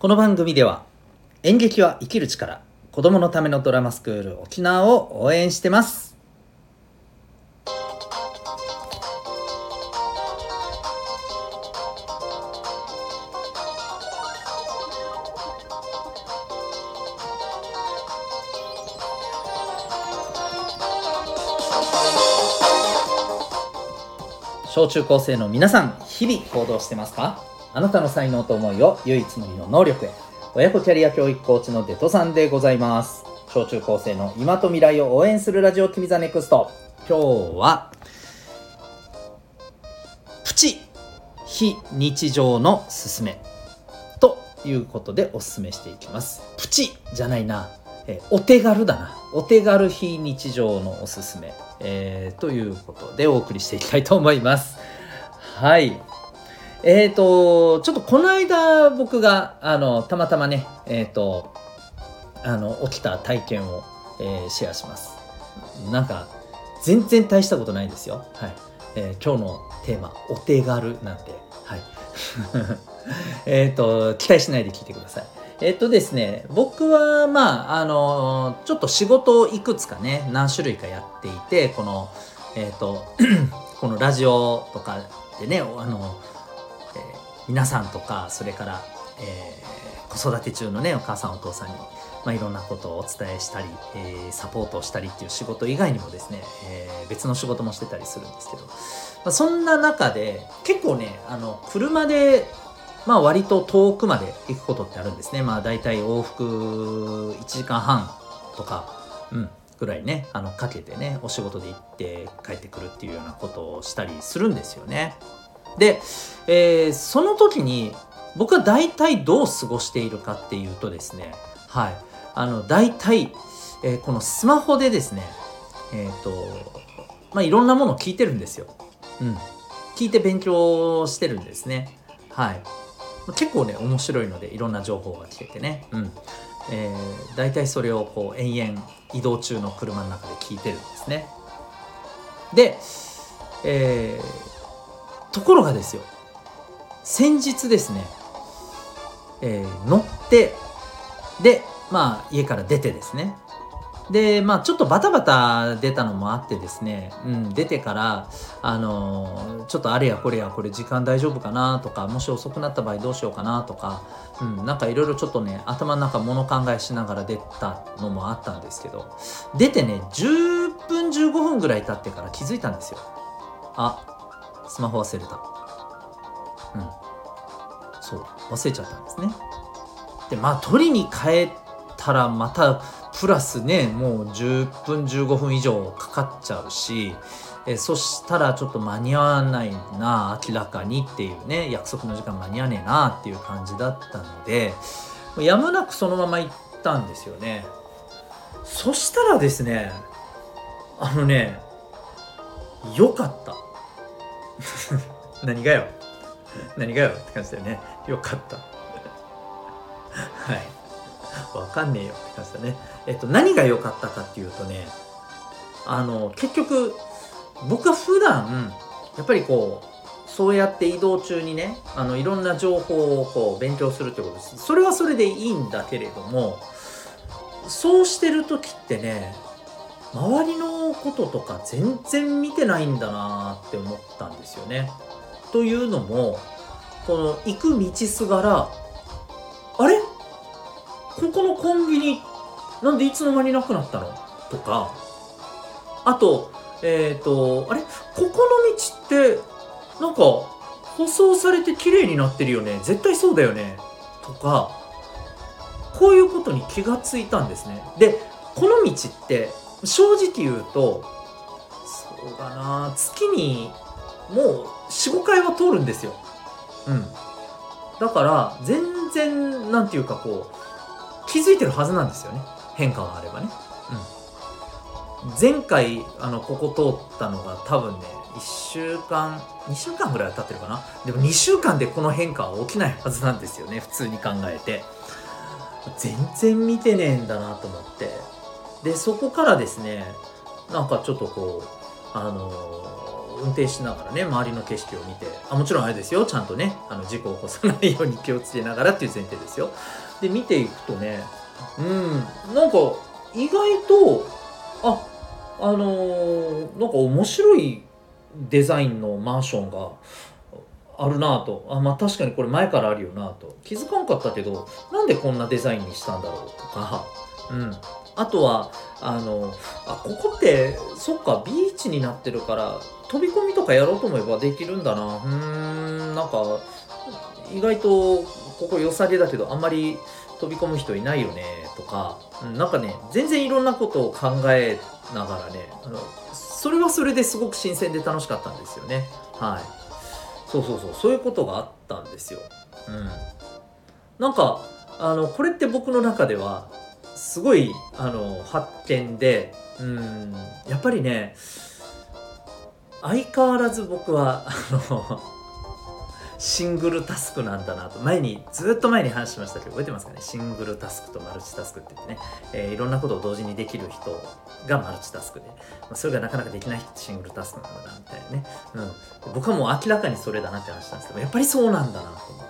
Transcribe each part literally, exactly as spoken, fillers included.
この番組では演劇は生きる力、子どものためのドラマスクール沖縄を応援してます。小中高生の皆さん、日々行動してますか？あなたの才能と思いを唯一無二の能力へ。親子キャリア教育コーチのデトさんでございます。小中高生の今と未来を応援するラジオ君ザネクスト。今日はプチ非日常のすすめということでおすすめしていきます。プチじゃないな、えお手軽だな。お手軽非日常のおすすめ、えー、ということでお送りしていきたいと思います。はい。えーと、ちょっとこの間僕があのたまたまね、えーと、あの起きた体験を、えー、シェアします。なんか全然大したことないですよ。はい。えー、今日のテーマお手軽なんで、はい。えっと期待しないで聞いてください。えっとですね、僕はまああのちょっと仕事をいくつかね何種類かやっていて、このえっとこのラジオとかでね、あのえー、皆さんとか、それから、えー、子育て中のねお母さんお父さんに、まあ、いろんなことをお伝えしたり、えー、サポートをしたりっていう仕事以外にもですね、えー、別の仕事もしてたりするんですけど、まあ、そんな中で結構ねあの車でまあ割と遠くまで行くことってあるんですね。まあだいたい往復いちじかんはんとか、うんぐらいねあのかけてねお仕事で行って帰ってくるっていうようなことをしたりするんですよね。で、えー、その時に僕は大体どう過ごしているかっていうとですね、はい、あの大体、えー、このスマホでですね、えっと、まあいろんなものを聞いてるんですよ。うん、聞いて勉強してるんですね。はい、結構ね面白いのでいろんな情報が聞けてね、うん、えー、大体それをこう延々移動中の車の中で聞いてるんですね。で、えーところがですよ、先日ですね、えー、乗ってでまあ家から出てですね、でまあちょっとバタバタ出たのもあってですね、うん、出てからあのー、ちょっとあれやこれやこれ時間大丈夫かなとか、もし遅くなった場合どうしようかなとか、うん、なんかいろいろちょっとね頭の中物考えしながら出たのもあったんですけど、出てねじゅっぷんじゅうごふんぐらい経ってから気づいたんですよ。あ、スマホ忘れた。うん、そう忘れちゃったんですね。でまあ取りに帰ったらまたプラスねもうじゅっぷんじゅうごふん以上かかっちゃうし、えそしたらちょっと間に合わないな、明らかにっていうね、約束の時間間に合わねえなっていう感じだったので、やむなくそのまま行ったんですよね。そしたらですね、あのねよかった何がよ何がよって感じだよね。よかったはいわかんねえよって感じだね。えっと何が良かったかっていうとね、あの結局僕は普段やっぱりこうそうやって移動中にねあのいろんな情報をこう勉強するってことです。それはそれでいいんだけれども、そうしてる時ってね周りのこととか全然見てないんだなって思ったんですよね。というのも、この行く道すがら、あれここのコンビニなんでいつの間になくなったのとか、あとえっとあれここの道ってなんか舗装されて綺麗になってるよね、絶対そうだよねとか、こういうことに気がついたんですね。でこの道って正直言うとそうだな、月にもう よん,ご 回は通るんですよ。うんだから全然なんていうかこう気づいてるはずなんですよね、変化があればね。うん、前回あのここ通ったのが多分ねいっしゅうかんにしゅうかんぐらいは経ってるかな。でもにしゅうかんでこの変化は起きないはずなんですよね、普通に考えて。全然見てねえんだなと思って、でそこからですねなんかちょっとこうあの運転しながらね周りの景色を見て、あもちろんあれですよ、ちゃんとねあの事故を起こさないように気をつけながらっていう前提ですよ。で見ていくとね、うんなんか意外とああのー、なんか面白いデザインのマンションがあるなぁと、あまあ確かにこれ前からあるよなぁと、気づかんかったけどなんでこんなデザインにしたんだろうとか、うんあとはあのあここってそっかビーチになってるから飛び込みとかやろうと思えばできるんだな、うーんなんか意外とここ良さげだけどあんまり飛び込む人いないよねとか、うん、なんかね全然いろんなことを考えながらね、あのそれはそれですごく新鮮で楽しかったんですよね。はいそうそうそうそういうことがあったんですよ。うんなんかあのこれって僕の中ではすごいあの発見で、うんやっぱりね相変わらず僕はあのシングルタスクなんだなと、前にずっと前に話しましたけど覚えてますかね。シングルタスクとマルチタスクって言ってね、えーいろんなことを同時にできる人がマルチタスクで、まあそれがなかなかできない人ってシングルタスクなんだなみたいなね、うん、僕はもう明らかにそれだなって話したんですけど、やっぱりそうなんだなと思って、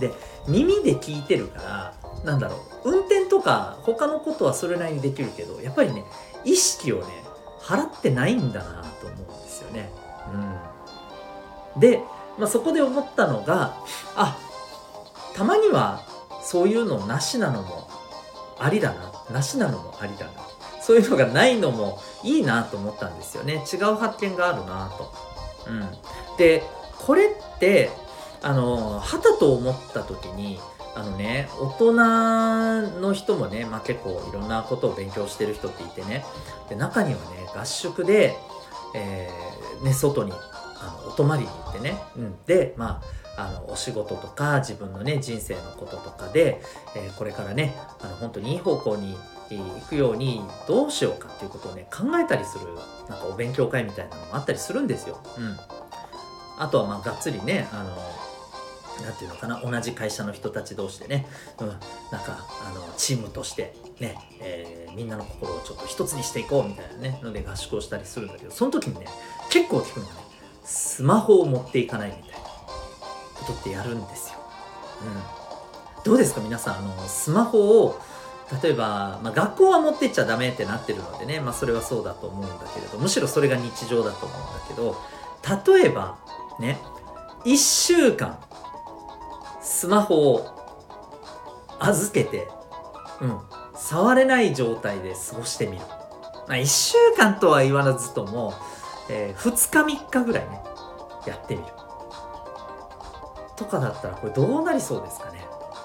で耳で聞いてるからなんだろう、運転とか他のことはそれなりにできるけど、やっぱりね意識をね払ってないんだなと思うんですよね。うん、で、まあ、そこで思ったのが、あたまにはそういうのなしなのもありだな、なしなのもありだな、そういうのがないのもいいなと思ったんですよね。違う発見があるなと。うん、でこれってあのはたと思った時に、あのね大人の人もね、まあ、結構いろんなことを勉強してる人っていてね、で中にはね合宿で、えーね、外にあのお泊まりに行ってね、うん、でまああのお仕事とか自分のね人生のこととかで、えーこれからねあの本当にいい方向にえー行くようにどうしようかっていうことをね考えたりするなんかお勉強会みたいなのもあったりするんですよ。うん、あとはまあがっつりねあのなんていうのかな、同じ会社の人たち同士でね、うん、なんかあのチームとしてね、えーみんなの心をちょっと一つにしていこうみたいなねので合宿をしたりするんだけど、その時にね結構聞くのがね、スマホを持っていかないみたいなことってやるんですよ。うん、どうですか皆さん、あのスマホを例えば、まあ、学校は持ってっちゃダメってなってるのでね、まあ、それはそうだと思うんだけれど、むしろそれが日常だと思うんだけど、例えばねいっしゅうかんスマホを預けて、うん、触れない状態で過ごしてみる。まあ、いっしゅうかんとは言わずとも、えー、ふつかみっかぐらいねやってみるとかだったらこれどうなりそうですかね。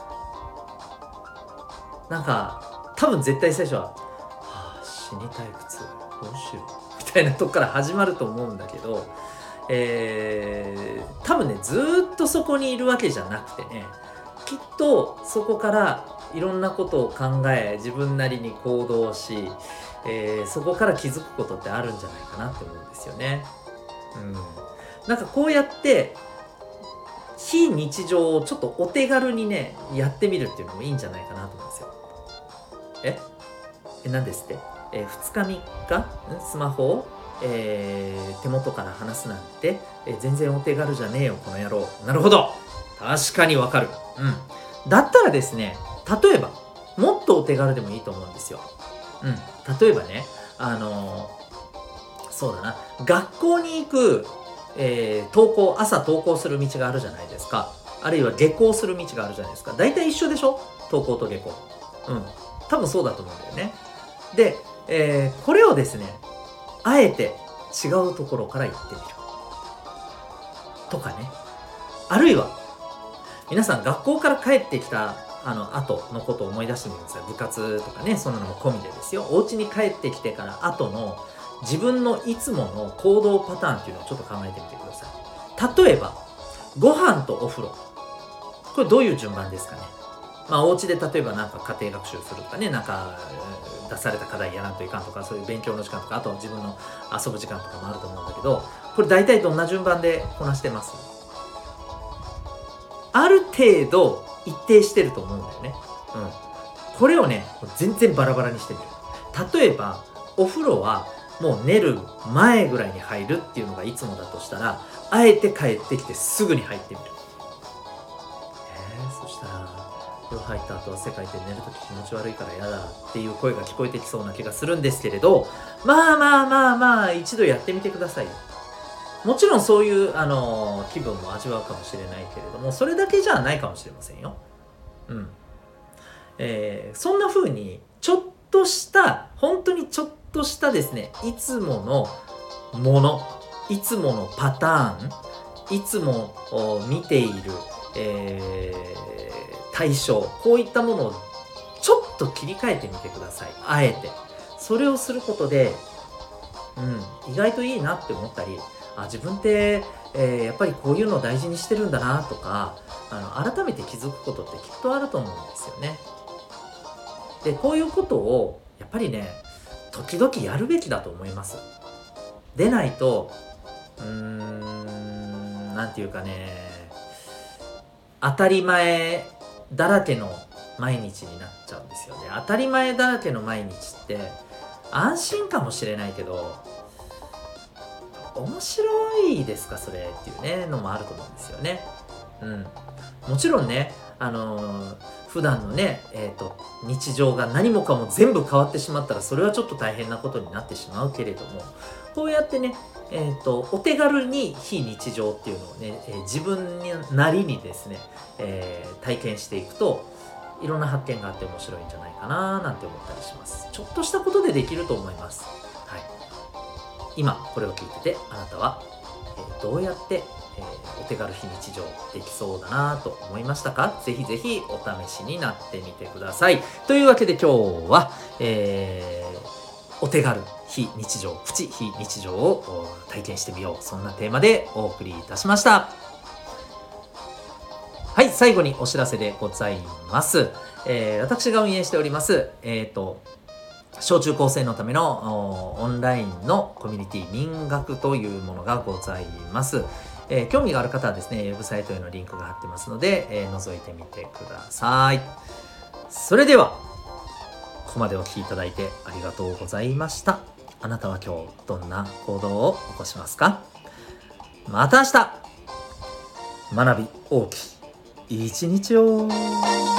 なんか多分絶対最初は、はあ、死に退屈どうしようみたいなとこから始まると思うんだけど、えー、多分ねずーっとそこにいるわけじゃなくてね、きっとそこからいろんなことを考え自分なりに行動し、えー、そこから気づくことってあるんじゃないかなって思うんですよね。うん、なんかこうやって非日常をちょっとお手軽にねやってみるっていうのもいいんじゃないかなと思うんですよ。ええ何ですって、えー、ふつかみっかスマホを、えー、手元から離すなんて、えー、全然お手軽じゃねえよこの野郎。なるほど、確かにわかる。うんだったらですね、例えばもっとお手軽でもいいと思うんですよ。うん例えばねあのー、そうだな、学校に行く、えー、登校朝登校する道があるじゃないですか。あるいは下校する道があるじゃないですか。大体一緒でしょ、登校と下校。うん多分そうだと思うんだよね。で、えー、これをですねあえて違うところから行ってみるとかね、あるいは皆さん学校から帰ってきたあの後のことを思い出してみてください。部活とかねそんなのも込みでですよ。お家に帰ってきてから後の自分のいつもの行動パターンっていうのをちょっと考えてみてください。例えばご飯とお風呂、これどういう順番ですかね。まあお家で例えばなんか家庭学習するとかね、なんか出された課題やらんといかんとか、そういう勉強の時間とか、あと自分の遊ぶ時間とかもあると思うんだけど、これ大体どんな順番でこなしてます？ある程度一定してると思うんだよね。うん。これをね全然バラバラにしてみる。例えばお風呂はもう寝る前ぐらいに入るっていうのがいつもだとしたら、あえて帰ってきてすぐに入ってみる。えー、そしたら風呂入った後汗かいて寝るとき気持ち悪いから嫌だっていう声が聞こえてきそうな気がするんですけれど、まあまあまあまあ一度やってみてください。もちろんそういうあの気分も味わうかもしれないけれども、それだけじゃないかもしれませんよ。うん、えー、そんな風にちょっとした本当にちょっとしたですね、いつものもの、いつものパターン、いつも見ている、えー、対象、こういったものをちょっと切り替えてみてください。あえてそれをすることで、うん、意外といいなって思ったり、あ、自分って、えー、やっぱりこういうのを大事にしてるんだなとか、あの改めて気づくことってきっとあると思うんですよね。でこういうことをやっぱりね、時々やるべきだと思います。でないと、うーん、なんていうかね、当たり前だらけの毎日になっちゃうんですよね。当たり前だらけの毎日って安心かもしれないけど、面白いですかそれっていうねのもあると思うんですよね。うん、もちろんね、あのー、普段のね、えーと、日常が何もかも全部変わってしまったら、それはちょっと大変なことになってしまうけれども、こうやってね、えーと、お手軽に非日常っていうのをね、えー、自分なりにですね、えー、体験していくと、いろんな発見があって面白いんじゃないかななんて思ったりします。ちょっとしたことでできると思います。はい、今これを聞いてて、あなたは、えー、どうやってえー、お手軽非日常できそうだなと思いましたか？ぜひぜひお試しになってみてください。というわけで今日は、えー、お手軽非日常、プチ非日常を体験してみよう、そんなテーマでお送りいたしました。はい、最後にお知らせでございます。えー、私が運営しております、えーと小中高生のためのオンラインのコミュニティ民学というものがございます。えー、興味がある方はですね、ウェブサイトへのリンクが貼ってますので、えー、覗いてみてください。それではここまでお聞きいただいてありがとうございました。あなたは今日どんな行動を起こしますか？また明日、学び大きい一日を。